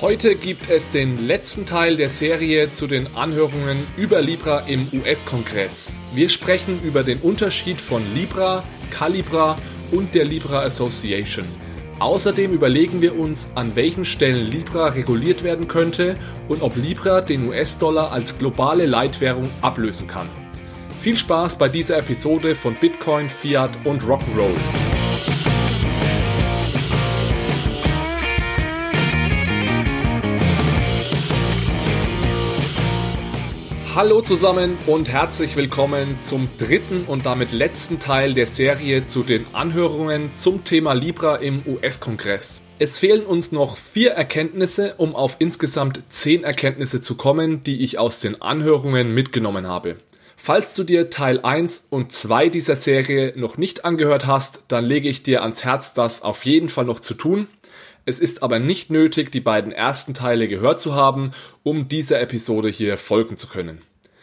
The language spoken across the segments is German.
Heute gibt es den letzten Teil der Serie zu den Anhörungen über Libra im US-Kongress. Wir sprechen über den Unterschied von Libra, Calibra und der Libra Association. Außerdem überlegen wir uns, an welchen Stellen Libra reguliert werden könnte und ob Libra den US-Dollar als globale Leitwährung ablösen kann. Viel Spaß bei dieser Episode von Bitcoin, Fiat und Rock'n'Roll. Hallo zusammen und herzlich willkommen zum dritten und damit letzten Teil der Serie zu den Anhörungen zum Thema Libra im US-Kongress. Es fehlen uns noch 4 Erkenntnisse, um auf insgesamt 10 Erkenntnisse zu kommen, die ich aus den Anhörungen mitgenommen habe. Falls du dir Teil 1 und 2 dieser Serie noch nicht angehört hast, dann lege ich dir ans Herz, das auf jeden Fall noch zu tun. Es ist aber nicht nötig, die beiden ersten Teile gehört zu haben, um dieser Episode hier folgen zu können.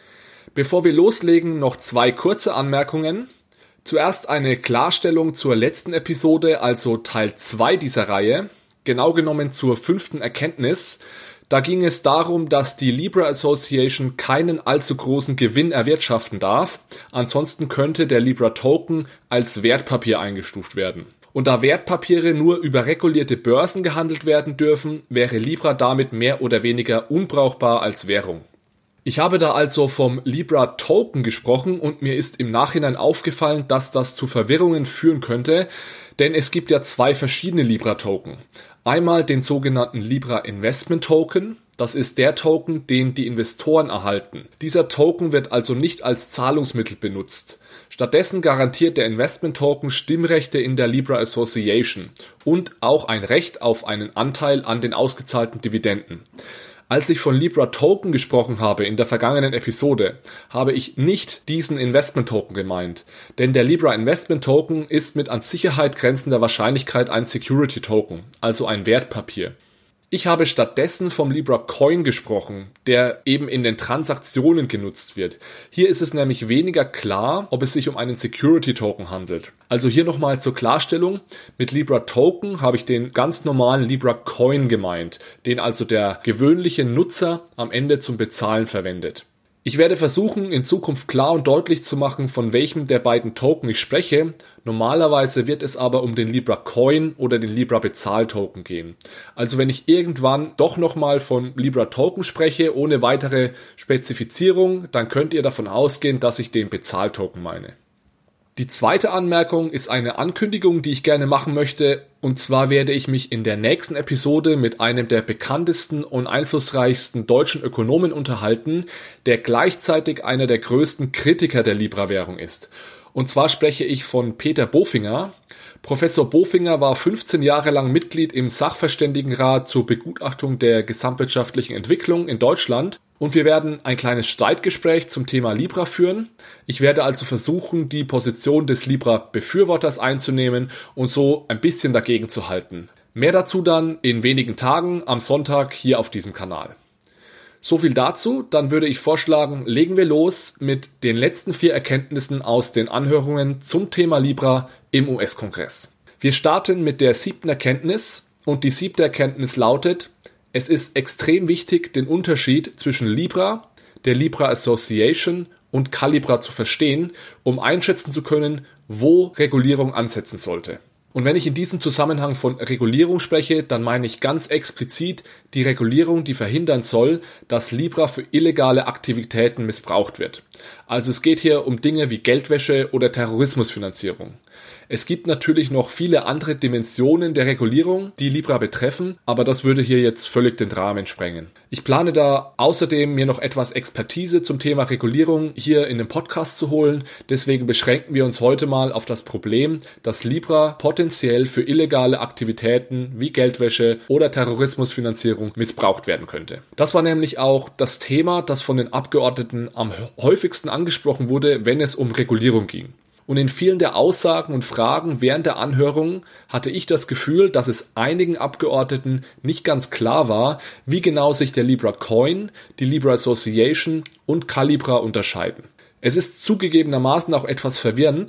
Bevor wir loslegen, noch 2 kurze Anmerkungen. Zuerst eine Klarstellung zur letzten Episode, also Teil 2 dieser Reihe, genau genommen zur 5. Erkenntnis. Da ging es darum, dass die Libra Association keinen allzu großen Gewinn erwirtschaften darf, ansonsten könnte der Libra Token als Wertpapier eingestuft werden. Und da Wertpapiere nur über regulierte Börsen gehandelt werden dürfen, wäre Libra damit mehr oder weniger unbrauchbar als Währung. Ich habe da also vom Libra Token gesprochen und mir ist im Nachhinein aufgefallen, dass das zu Verwirrungen führen könnte, denn es gibt ja 2 verschiedene Libra Token. Einmal den sogenannten Libra Investment Token. Das ist der Token, den die Investoren erhalten. Dieser Token wird also nicht als Zahlungsmittel benutzt. Stattdessen garantiert der Investment Token Stimmrechte in der Libra Association und auch ein Recht auf einen Anteil an den ausgezahlten Dividenden. Als ich von Libra Token gesprochen habe in der vergangenen Episode, habe ich nicht diesen Investment Token gemeint, denn der Libra Investment Token ist mit an Sicherheit grenzender Wahrscheinlichkeit ein Security Token, also ein Wertpapier. Ich habe stattdessen vom Libra Coin gesprochen, der eben in den Transaktionen genutzt wird. Hier ist es nämlich weniger klar, ob es sich um einen Security Token handelt. Also hier nochmal zur Klarstellung, mit Libra Token habe ich den ganz normalen Libra Coin gemeint, den also der gewöhnliche Nutzer am Ende zum Bezahlen verwendet. Ich werde versuchen, in Zukunft klar und deutlich zu machen, von welchem der beiden Token ich spreche. Normalerweise wird es aber um den Libra Coin oder den Libra Bezahltoken gehen. Also wenn ich irgendwann doch nochmal von Libra Token spreche, ohne weitere Spezifizierung, dann könnt ihr davon ausgehen, dass ich den Bezahltoken meine. Die zweite Anmerkung ist eine Ankündigung, die ich gerne machen möchte, und zwar werde ich mich in der nächsten Episode mit einem der bekanntesten und einflussreichsten deutschen Ökonomen unterhalten, der gleichzeitig einer der größten Kritiker der Libra-Währung ist. Und zwar spreche ich von Peter Bofinger. Professor Bofinger war 15 Jahre lang Mitglied im Sachverständigenrat zur Begutachtung der gesamtwirtschaftlichen Entwicklung in Deutschland. Und wir werden ein kleines Streitgespräch zum Thema Libra führen. Ich werde also versuchen, die Position des Libra-Befürworters einzunehmen und so ein bisschen dagegen zu halten. Mehr dazu dann in wenigen Tagen am Sonntag hier auf diesem Kanal. So viel dazu, dann würde ich vorschlagen, legen wir los mit den letzten 4 Erkenntnissen aus den Anhörungen zum Thema Libra im US-Kongress. Wir starten mit der 7. Erkenntnis und die 7. Erkenntnis lautet: Es ist extrem wichtig, den Unterschied zwischen Libra, der Libra Association und Calibra zu verstehen, um einschätzen zu können, wo Regulierung ansetzen sollte. Und wenn ich in diesem Zusammenhang von Regulierung spreche, dann meine ich ganz explizit die Regulierung, die verhindern soll, dass Libra für illegale Aktivitäten missbraucht wird. Also es geht hier um Dinge wie Geldwäsche oder Terrorismusfinanzierung. Es gibt natürlich noch viele andere Dimensionen der Regulierung, die Libra betreffen, aber das würde hier jetzt völlig den Rahmen sprengen. Ich plane da außerdem, mir noch etwas Expertise zum Thema Regulierung hier in den Podcast zu holen. Deswegen beschränken wir uns heute mal auf das Problem, dass Libra potenziell für illegale Aktivitäten wie Geldwäsche oder Terrorismusfinanzierung missbraucht werden könnte. Das war nämlich auch das Thema, das von den Abgeordneten am häufigsten angesprochen wurde, wenn es um Regulierung ging. Und in vielen der Aussagen und Fragen während der Anhörung hatte ich das Gefühl, dass es einigen Abgeordneten nicht ganz klar war, wie genau sich der Libra Coin, die Libra Association und Calibra unterscheiden. Es ist zugegebenermaßen auch etwas verwirrend,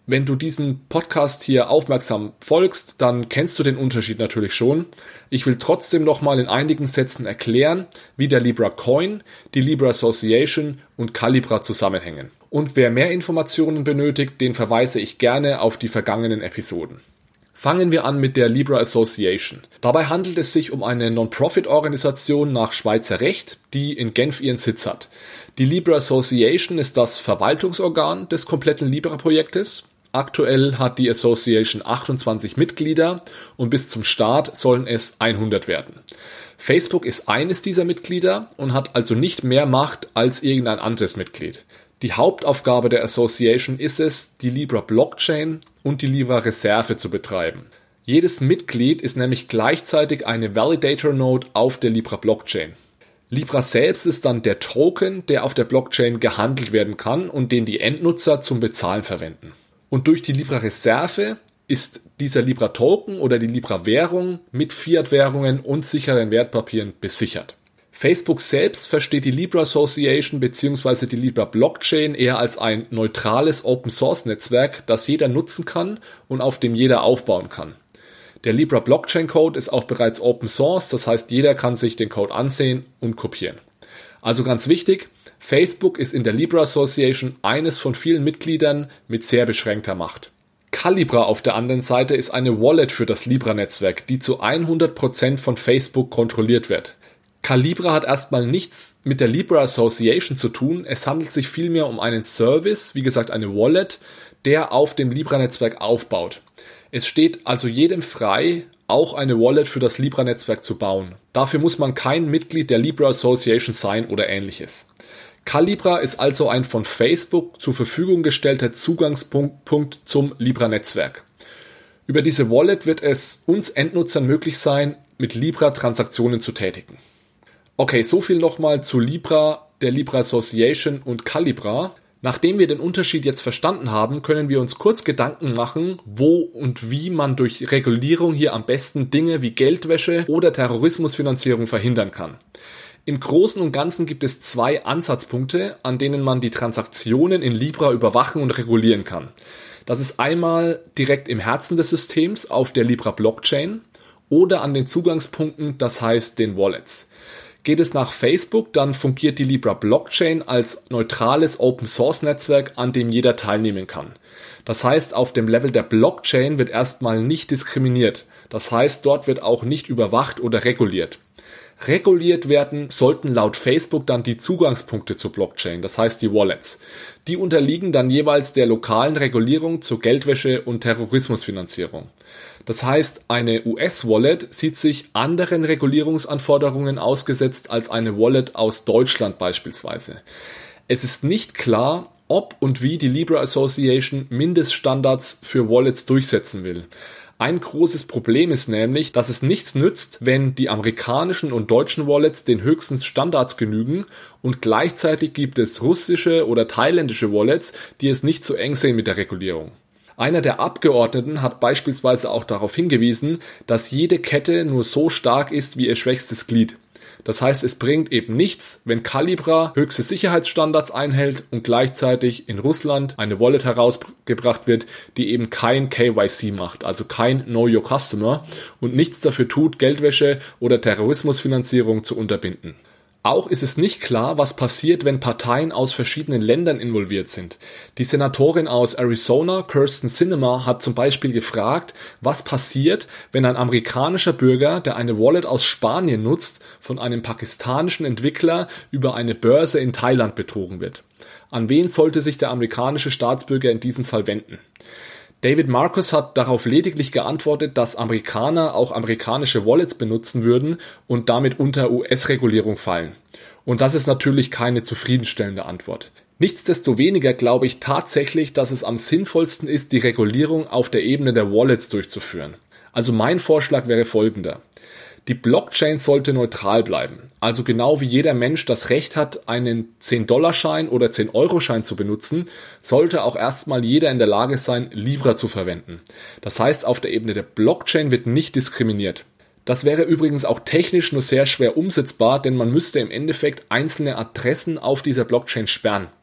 Wenn du diesem Podcast hier aufmerksam folgst, dann kennst du den Unterschied natürlich schon. Ich will trotzdem nochmal in einigen Sätzen erklären, wie der Libra Coin, die Libra Association und Calibra zusammenhängen. Und wer mehr Informationen benötigt, den verweise ich gerne auf die vergangenen Episoden. Fangen wir an mit der Libra Association. Dabei handelt es sich um eine Non-Profit-Organisation nach Schweizer Recht, die in Genf ihren Sitz hat. Die Libra Association ist das Verwaltungsorgan des kompletten Libra-Projektes. Aktuell hat die Association 28 Mitglieder und bis zum Start sollen es 100 werden. Facebook ist eines dieser Mitglieder und hat also nicht mehr Macht als irgendein anderes Mitglied. Die Hauptaufgabe der Association ist es, die Libra Blockchain und die Libra Reserve zu betreiben. Jedes Mitglied ist nämlich gleichzeitig eine Validator Node auf der Libra Blockchain. Libra selbst ist dann der Token, der auf der Blockchain gehandelt werden kann und den die Endnutzer zum Bezahlen verwenden. Und durch die Libra Reserve ist dieser Libra Token oder die Libra Währung mit Fiat-Währungen und sicheren Wertpapieren besichert. Facebook selbst versteht die Libra Association bzw. die Libra Blockchain eher als ein neutrales Open-Source-Netzwerk, das jeder nutzen kann und auf dem jeder aufbauen kann. Der Libra Blockchain Code ist auch bereits Open Source, das heißt, jeder kann sich den Code ansehen und kopieren. Also ganz wichtig, Facebook ist in der Libra Association eines von vielen Mitgliedern mit sehr beschränkter Macht. Calibra auf der anderen Seite ist eine Wallet für das Libra-Netzwerk, die zu 100% von Facebook kontrolliert wird. Calibra hat erstmal nichts mit der Libra Association zu tun, es handelt sich vielmehr um einen Service, wie gesagt eine Wallet, der auf dem Libra-Netzwerk aufbaut. Es steht also jedem frei, auch eine Wallet für das Libra-Netzwerk zu bauen. Dafür muss man kein Mitglied der Libra Association sein oder ähnliches. Calibra ist also ein von Facebook zur Verfügung gestellter Zugangspunkt zum Libra-Netzwerk. Über diese Wallet wird es uns Endnutzern möglich sein, mit Libra Transaktionen zu tätigen. Okay, so viel nochmal zu Libra, der Libra Association und Calibra. Nachdem wir den Unterschied jetzt verstanden haben, können wir uns kurz Gedanken machen, wo und wie man durch Regulierung hier am besten Dinge wie Geldwäsche oder Terrorismusfinanzierung verhindern kann. Im Großen und Ganzen gibt es zwei Ansatzpunkte, an denen man die Transaktionen in Libra überwachen und regulieren kann. Das ist einmal direkt im Herzen des Systems auf der Libra Blockchain oder an den Zugangspunkten, das heißt den Wallets. Geht es nach Facebook, dann fungiert die Libra Blockchain als neutrales Open-Source-Netzwerk, an dem jeder teilnehmen kann. Das heißt, auf dem Level der Blockchain wird erstmal nicht diskriminiert. Das heißt, dort wird auch nicht überwacht oder reguliert. Reguliert werden sollten laut Facebook dann die Zugangspunkte zur Blockchain, das heißt die Wallets. Die unterliegen dann jeweils der lokalen Regulierung zur Geldwäsche und Terrorismusfinanzierung. Das heißt, eine US-Wallet sieht sich anderen Regulierungsanforderungen ausgesetzt als eine Wallet aus Deutschland beispielsweise. Es ist nicht klar, ob und wie die Libra Association Mindeststandards für Wallets durchsetzen will. Ein großes Problem ist nämlich, dass es nichts nützt, wenn die amerikanischen und deutschen Wallets den höchsten Standards genügen und gleichzeitig gibt es russische oder thailändische Wallets, die es nicht so eng sehen mit der Regulierung. Einer der Abgeordneten hat beispielsweise auch darauf hingewiesen, dass jede Kette nur so stark ist wie ihr schwächstes Glied. Das heißt, es bringt eben nichts, wenn Calibra höchste Sicherheitsstandards einhält und gleichzeitig in Russland eine Wallet herausgebracht wird, die eben kein KYC macht, also kein Know Your Customer und nichts dafür tut, Geldwäsche oder Terrorismusfinanzierung zu unterbinden. Auch ist es nicht klar, was passiert, wenn Parteien aus verschiedenen Ländern involviert sind. Die Senatorin aus Arizona, Kyrsten Sinema, hat zum Beispiel gefragt, was passiert, wenn ein amerikanischer Bürger, der eine Wallet aus Spanien nutzt, von einem pakistanischen Entwickler über eine Börse in Thailand betrogen wird. An wen sollte sich der amerikanische Staatsbürger in diesem Fall wenden? David Marcus hat darauf lediglich geantwortet, dass Amerikaner auch amerikanische Wallets benutzen würden und damit unter US-Regulierung fallen. Und das ist natürlich keine zufriedenstellende Antwort. Nichtsdestoweniger glaube ich tatsächlich, dass es am sinnvollsten ist, die Regulierung auf der Ebene der Wallets durchzuführen. Also mein Vorschlag wäre folgender. Die Blockchain sollte neutral bleiben, also genau wie jeder Mensch das Recht hat, einen 10-Dollar-Schein oder 10-Euro-Schein zu benutzen, sollte auch erstmal jeder in der Lage sein, Libra zu verwenden. Das heißt, auf der Ebene der Blockchain wird nicht diskriminiert. Das wäre übrigens auch technisch nur sehr schwer umsetzbar, denn man müsste im Endeffekt einzelne Adressen auf dieser Blockchain sperren.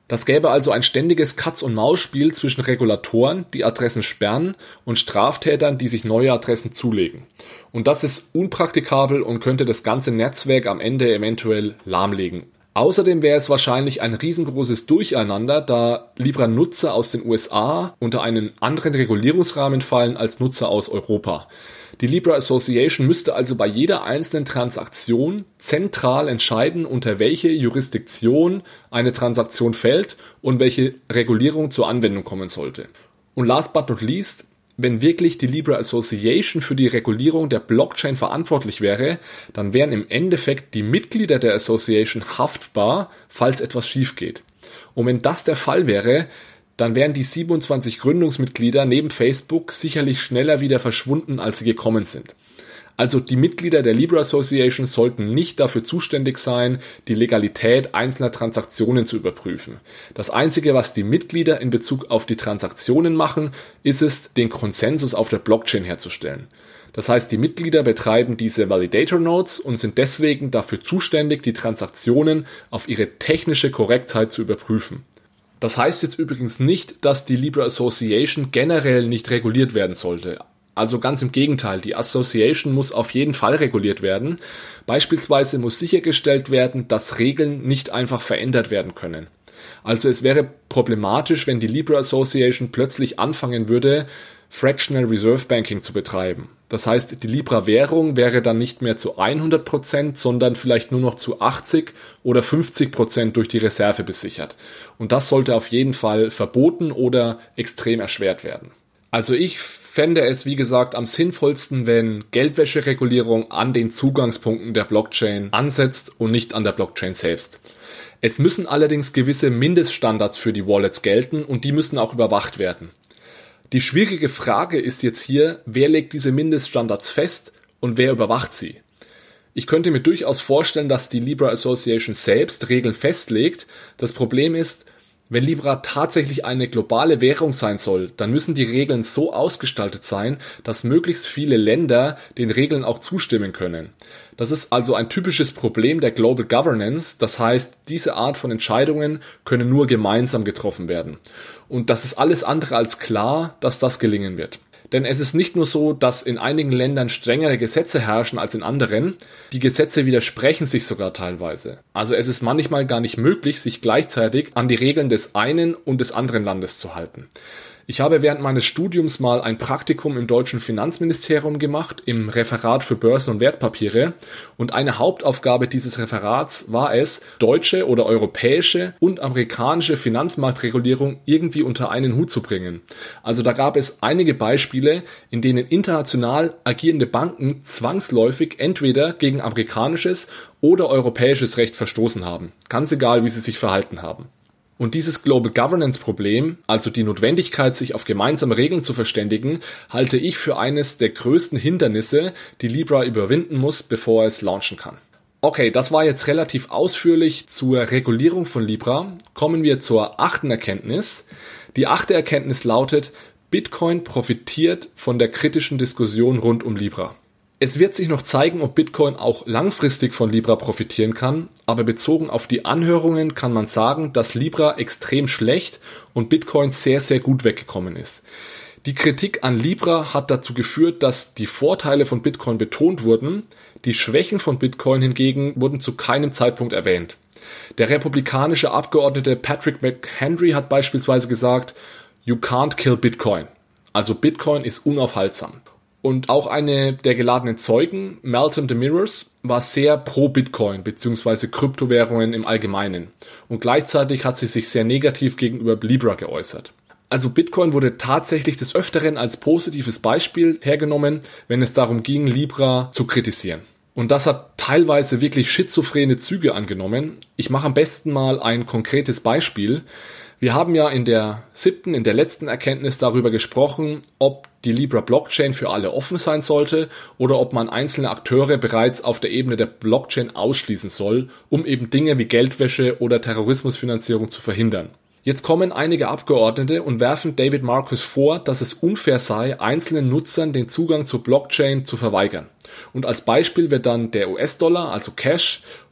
Das gäbe also ein ständiges Katz-und-Maus-Spiel zwischen Regulatoren, die Adressen sperren, und Straftätern, die sich neue Adressen zulegen. Und das ist unpraktikabel und könnte das ganze Netzwerk am Ende eventuell lahmlegen. Außerdem wäre es wahrscheinlich ein riesengroßes Durcheinander, da Libra-Nutzer aus den USA unter einen anderen Regulierungsrahmen fallen als Nutzer aus Europa. Die Libra Association müsste also bei jeder einzelnen Transaktion zentral entscheiden, unter welche Jurisdiktion eine Transaktion fällt und welche Regulierung zur Anwendung kommen sollte. Und last but not least, wenn wirklich die Libra Association für die Regulierung der Blockchain verantwortlich wäre, dann wären im Endeffekt die Mitglieder der Association haftbar, falls etwas schief geht. Und wenn das der Fall wäre, dann wären die 27 Gründungsmitglieder neben Facebook sicherlich schneller wieder verschwunden, als sie gekommen sind. Also die Mitglieder der Libra Association sollten nicht dafür zuständig sein, die Legalität einzelner Transaktionen zu überprüfen. Das Einzige, was die Mitglieder in Bezug auf die Transaktionen machen, ist es, den Konsensus auf der Blockchain herzustellen. Das heißt, die Mitglieder betreiben diese Validator Nodes und sind deswegen dafür zuständig, die Transaktionen auf ihre technische Korrektheit zu überprüfen. Das heißt jetzt übrigens nicht, dass die Libra Association generell nicht reguliert werden sollte. Also ganz im Gegenteil, die Association muss auf jeden Fall reguliert werden. Beispielsweise muss sichergestellt werden, dass Regeln nicht einfach verändert werden können. Also es wäre problematisch, wenn die Libra Association plötzlich anfangen würde, Fractional Reserve Banking zu betreiben. Das heißt, die Libra-Währung wäre dann nicht mehr zu 100%, sondern vielleicht nur noch zu 80 oder 50% durch die Reserve besichert. Und das sollte auf jeden Fall verboten oder extrem erschwert werden. Also ich fände es, wie gesagt, am sinnvollsten, wenn Geldwäscheregulierung an den Zugangspunkten der Blockchain ansetzt und nicht an der Blockchain selbst. Es müssen allerdings gewisse Mindeststandards für die Wallets gelten und die müssen auch überwacht werden. Die schwierige Frage ist jetzt hier, wer legt diese Mindeststandards fest und wer überwacht sie? Ich könnte mir durchaus vorstellen, dass die Libra Association selbst Regeln festlegt. Das Problem ist, wenn Libra tatsächlich eine globale Währung sein soll, dann müssen die Regeln so ausgestaltet sein, dass möglichst viele Länder den Regeln auch zustimmen können. Das ist also ein typisches Problem der Global Governance. Das heißt, diese Art von Entscheidungen können nur gemeinsam getroffen werden. Und das ist alles andere als klar, dass das gelingen wird. Denn es ist nicht nur so, dass in einigen Ländern strengere Gesetze herrschen als in anderen, die Gesetze widersprechen sich sogar teilweise. Also es ist manchmal gar nicht möglich, sich gleichzeitig an die Regeln des einen und des anderen Landes zu halten. Ich habe während meines Studiums mal ein Praktikum im deutschen Finanzministerium gemacht, im Referat für Börsen- und Wertpapiere, und eine Hauptaufgabe dieses Referats war es, deutsche oder europäische und amerikanische Finanzmarktregulierung irgendwie unter einen Hut zu bringen. Also da gab es einige Beispiele, in denen international agierende Banken zwangsläufig entweder gegen amerikanisches oder europäisches Recht verstoßen haben. Ganz egal, wie sie sich verhalten haben. Und dieses Global Governance Problem, also die Notwendigkeit, sich auf gemeinsame Regeln zu verständigen, halte ich für eines der größten Hindernisse, die Libra überwinden muss, bevor es launchen kann. Okay, das war jetzt relativ ausführlich zur Regulierung von Libra. Kommen wir zur 8. Erkenntnis. Die 8. Erkenntnis lautet, Bitcoin profitiert von der kritischen Diskussion rund um Libra. Es wird sich noch zeigen, ob Bitcoin auch langfristig von Libra profitieren kann, aber bezogen auf die Anhörungen kann man sagen, dass Libra extrem schlecht und Bitcoin sehr, sehr gut weggekommen ist. Die Kritik an Libra hat dazu geführt, dass die Vorteile von Bitcoin betont wurden, die Schwächen von Bitcoin hingegen wurden zu keinem Zeitpunkt erwähnt. Der republikanische Abgeordnete Patrick McHenry hat beispielsweise gesagt, "You can't kill Bitcoin", also Bitcoin ist unaufhaltsam. Und auch eine der geladenen Zeugen, Melton Demirors, war sehr pro Bitcoin bzw. Kryptowährungen im Allgemeinen. Und gleichzeitig hat sie sich sehr negativ gegenüber Libra geäußert. Also Bitcoin wurde tatsächlich des Öfteren als positives Beispiel hergenommen, wenn es darum ging, Libra zu kritisieren. Und das hat teilweise wirklich schizophrene Züge angenommen. Ich mache am besten mal ein konkretes Beispiel. Wir haben ja in der letzten Erkenntnis darüber gesprochen, ob die Libra-Blockchain für alle offen sein sollte oder ob man einzelne Akteure bereits auf der Ebene der Blockchain ausschließen soll, um eben Dinge wie Geldwäsche oder Terrorismusfinanzierung zu verhindern. Jetzt kommen einige Abgeordnete und werfen David Marcus vor, dass es unfair sei, einzelnen Nutzern den Zugang zur Blockchain zu verweigern. Und als Beispiel wird dann der US-Dollar, also Cash,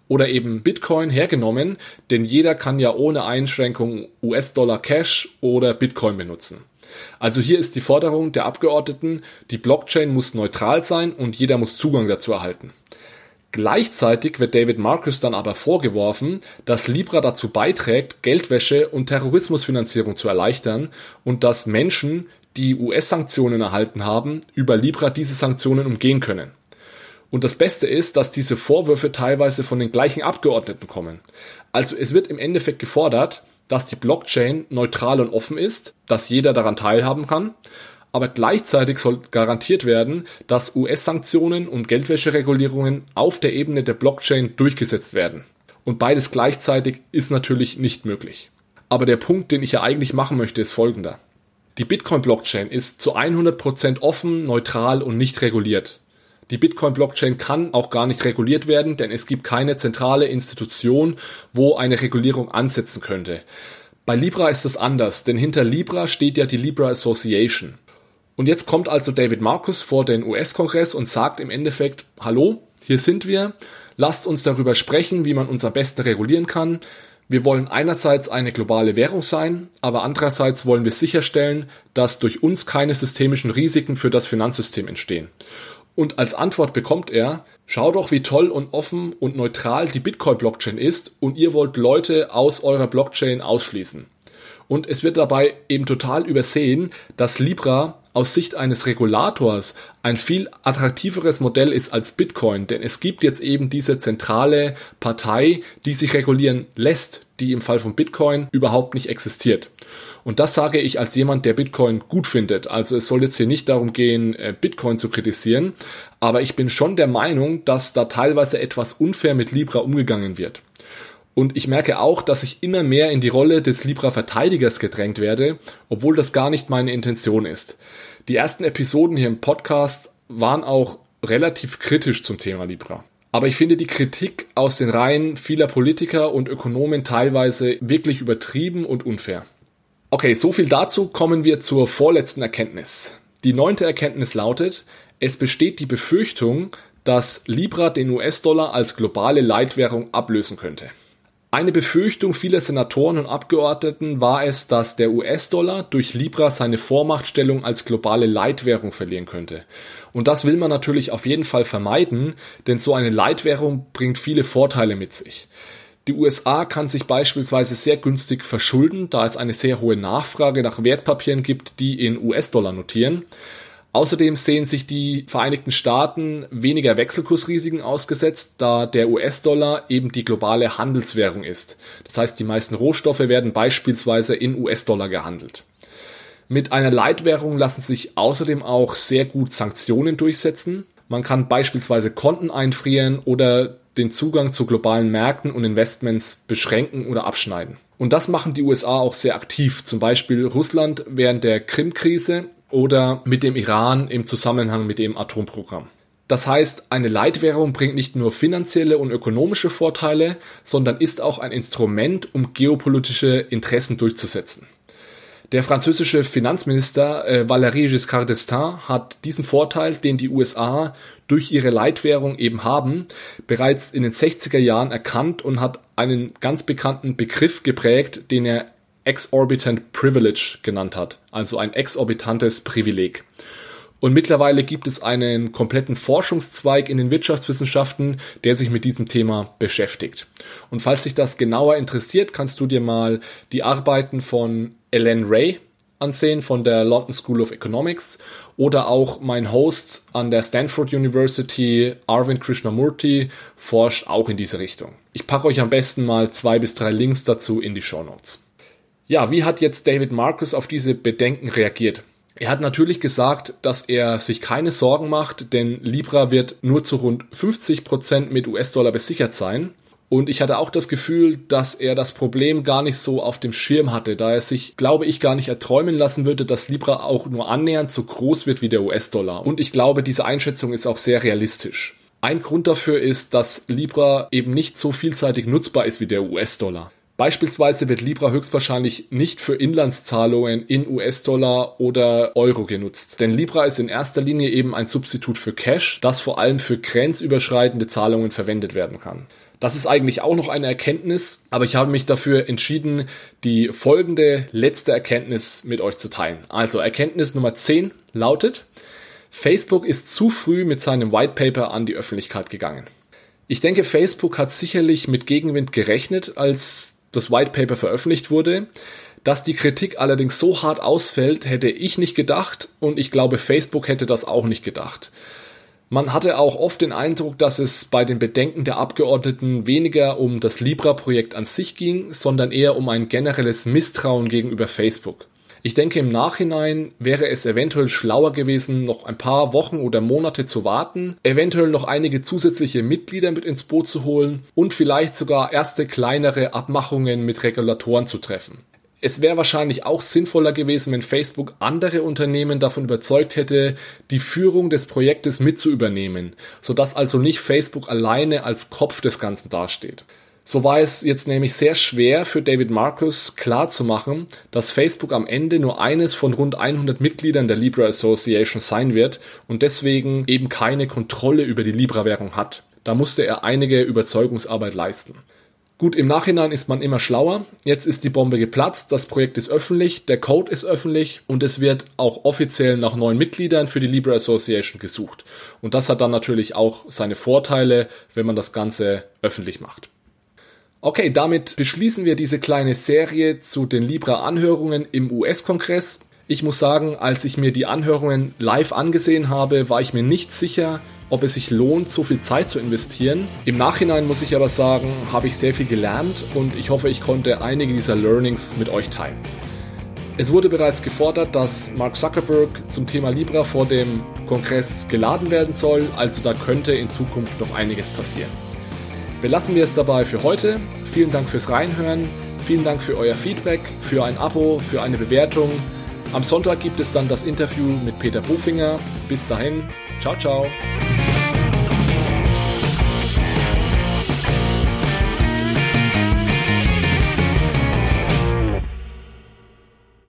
oder eben Bitcoin hergenommen, denn jeder kann ja ohne Einschränkung US-Dollar Cash oder Bitcoin benutzen. Also hier ist die Forderung der Abgeordneten, die Blockchain muss neutral sein und jeder muss Zugang dazu erhalten. Gleichzeitig wird David Marcus dann aber vorgeworfen, dass Libra dazu beiträgt, Geldwäsche und Terrorismusfinanzierung zu erleichtern und dass Menschen, die US-Sanktionen erhalten haben, über Libra diese Sanktionen umgehen können. Und das Beste ist, dass diese Vorwürfe teilweise von den gleichen Abgeordneten kommen. Also es wird im Endeffekt gefordert, dass die Blockchain neutral und offen ist, dass jeder daran teilhaben kann, aber gleichzeitig soll garantiert werden, dass US-Sanktionen und Geldwäscheregulierungen auf der Ebene der Blockchain durchgesetzt werden. Und beides gleichzeitig ist natürlich nicht möglich. Aber der Punkt, den ich ja eigentlich machen möchte, ist folgender. Die Bitcoin-Blockchain ist zu 100% offen, neutral und nicht reguliert. Die Bitcoin-Blockchain kann auch gar nicht reguliert werden, denn es gibt keine zentrale Institution, wo eine Regulierung ansetzen könnte. Bei Libra ist es anders, denn hinter Libra steht ja die Libra Association. Und jetzt kommt also David Marcus vor den US-Kongress und sagt im Endeffekt, hallo, hier sind wir, lasst uns darüber sprechen, wie man uns am besten regulieren kann. Wir wollen einerseits eine globale Währung sein, aber andererseits wollen wir sicherstellen, dass durch uns keine systemischen Risiken für das Finanzsystem entstehen. Und als Antwort bekommt er, schau doch, wie toll und offen und neutral die Bitcoin-Blockchain ist und ihr wollt Leute aus eurer Blockchain ausschließen. Und es wird dabei eben total übersehen, dass Libra aus Sicht eines Regulators ein viel attraktiveres Modell ist als Bitcoin, denn es gibt jetzt eben diese zentrale Partei, die sich regulieren lässt, die im Fall von Bitcoin überhaupt nicht existiert. Und das sage ich als jemand, der Bitcoin gut findet. Also es soll jetzt hier nicht darum gehen, Bitcoin zu kritisieren, aber ich bin schon der Meinung, dass da teilweise etwas unfair mit Libra umgegangen wird. Und ich merke auch, dass ich immer mehr in die Rolle des Libra-Verteidigers gedrängt werde, obwohl das gar nicht meine Intention ist. Die ersten Episoden hier im Podcast waren auch relativ kritisch zum Thema Libra. Aber ich finde die Kritik aus den Reihen vieler Politiker und Ökonomen teilweise wirklich übertrieben und unfair. Okay, so viel dazu, kommen wir zur vorletzten Erkenntnis. Die 9. Erkenntnis lautet, es besteht die Befürchtung, dass Libra den US-Dollar als globale Leitwährung ablösen könnte. Eine Befürchtung vieler Senatoren und Abgeordneten war es, dass der US-Dollar durch Libra seine Vormachtstellung als globale Leitwährung verlieren könnte. Und das will man natürlich auf jeden Fall vermeiden, denn so eine Leitwährung bringt viele Vorteile mit sich. Die USA kann sich beispielsweise sehr günstig verschulden, da es eine sehr hohe Nachfrage nach Wertpapieren gibt, die in US-Dollar notieren. Außerdem sehen sich die Vereinigten Staaten weniger Wechselkursrisiken ausgesetzt, da der US-Dollar eben die globale Handelswährung ist. Das heißt, die meisten Rohstoffe werden beispielsweise in US-Dollar gehandelt. Mit einer Leitwährung lassen sich außerdem auch sehr gut Sanktionen durchsetzen. Man kann beispielsweise Konten einfrieren oder den Zugang zu globalen Märkten und Investments beschränken oder abschneiden. Und das machen die USA auch sehr aktiv, zum Beispiel Russland während der Krim-Krise oder mit dem Iran im Zusammenhang mit dem Atomprogramm. Das heißt, eine Leitwährung bringt nicht nur finanzielle und ökonomische Vorteile, sondern ist auch ein Instrument, um geopolitische Interessen durchzusetzen. Der französische Finanzminister Valéry Giscard d'Estaing hat diesen Vorteil, den die USA durch ihre Leitwährung eben haben, bereits in den 60er Jahren erkannt und hat einen ganz bekannten Begriff geprägt, den er Exorbitant Privilege genannt hat, also ein exorbitantes Privileg. Und mittlerweile gibt es einen kompletten Forschungszweig in den Wirtschaftswissenschaften, der sich mit diesem Thema beschäftigt. Und falls dich das genauer interessiert, kannst du dir mal die Arbeiten von Ellen Ray ansehen von der London School of Economics oder auch mein Host an der Stanford University, Arvind Krishnamurti, forscht auch in diese Richtung. Ich packe euch am besten mal 2 bis 3 Links dazu in die Shownotes. Ja, wie hat jetzt David Marcus auf diese Bedenken reagiert? Er hat natürlich gesagt, dass er sich keine Sorgen macht, denn Libra wird nur zu rund 50% mit US-Dollar besichert sein. Und ich hatte auch das Gefühl, dass er das Problem gar nicht so auf dem Schirm hatte, da er sich, glaube ich, gar nicht erträumen lassen würde, dass Libra auch nur annähernd so groß wird wie der US-Dollar. Und ich glaube, diese Einschätzung ist auch sehr realistisch. Ein Grund dafür ist, dass Libra eben nicht so vielseitig nutzbar ist wie der US-Dollar. Beispielsweise wird Libra höchstwahrscheinlich nicht für Inlandszahlungen in US-Dollar oder Euro genutzt. Denn Libra ist in erster Linie eben ein Substitut für Cash, das vor allem für grenzüberschreitende Zahlungen verwendet werden kann. Das ist eigentlich auch noch eine Erkenntnis, aber ich habe mich dafür entschieden, die folgende letzte Erkenntnis mit euch zu teilen. Also Erkenntnis Nummer 10 lautet: Facebook ist zu früh mit seinem White Paper an die Öffentlichkeit gegangen. Ich denke, Facebook hat sicherlich mit Gegenwind gerechnet, als das White Paper veröffentlicht wurde. Dass die Kritik allerdings so hart ausfällt, hätte ich nicht gedacht und ich glaube, Facebook hätte das auch nicht gedacht. Man hatte auch oft den Eindruck, dass es bei den Bedenken der Abgeordneten weniger um das Libra-Projekt an sich ging, sondern eher um ein generelles Misstrauen gegenüber Facebook. Ich denke, im Nachhinein wäre es eventuell schlauer gewesen, noch ein paar Wochen oder Monate zu warten, eventuell noch einige zusätzliche Mitglieder mit ins Boot zu holen und vielleicht sogar erste kleinere Abmachungen mit Regulatoren zu treffen. Es wäre wahrscheinlich auch sinnvoller gewesen, wenn Facebook andere Unternehmen davon überzeugt hätte, die Führung des Projektes mit zu übernehmen, sodass also nicht Facebook alleine als Kopf des Ganzen dasteht. So war es jetzt nämlich sehr schwer für David Marcus klarzumachen, dass Facebook am Ende nur eines von rund 100 Mitgliedern der Libra Association sein wird und deswegen eben keine Kontrolle über die Libra-Währung hat. Da musste er einige Überzeugungsarbeit leisten. Gut, im Nachhinein ist man immer schlauer. Jetzt ist die Bombe geplatzt, das Projekt ist öffentlich, der Code ist öffentlich und es wird auch offiziell nach neuen Mitgliedern für die Libra Association gesucht. Und das hat dann natürlich auch seine Vorteile, wenn man das Ganze öffentlich macht. Okay, damit beschließen wir diese kleine Serie zu den Libra-Anhörungen im US-Kongress. Ich muss sagen, als ich mir die Anhörungen live angesehen habe, war ich mir nicht sicher, ob es sich lohnt, so viel Zeit zu investieren. Im Nachhinein muss ich aber sagen, habe ich sehr viel gelernt und ich hoffe, ich konnte einige dieser Learnings mit euch teilen. Es wurde bereits gefordert, dass Mark Zuckerberg zum Thema Libra vor dem Kongress geladen werden soll, also da könnte in Zukunft noch einiges passieren. Belassen wir es dabei für heute. Vielen Dank fürs Reinhören, vielen Dank für euer Feedback, für ein Abo, für eine Bewertung. Am Sonntag gibt es dann das Interview mit Peter Bofinger. Bis dahin, ciao, ciao.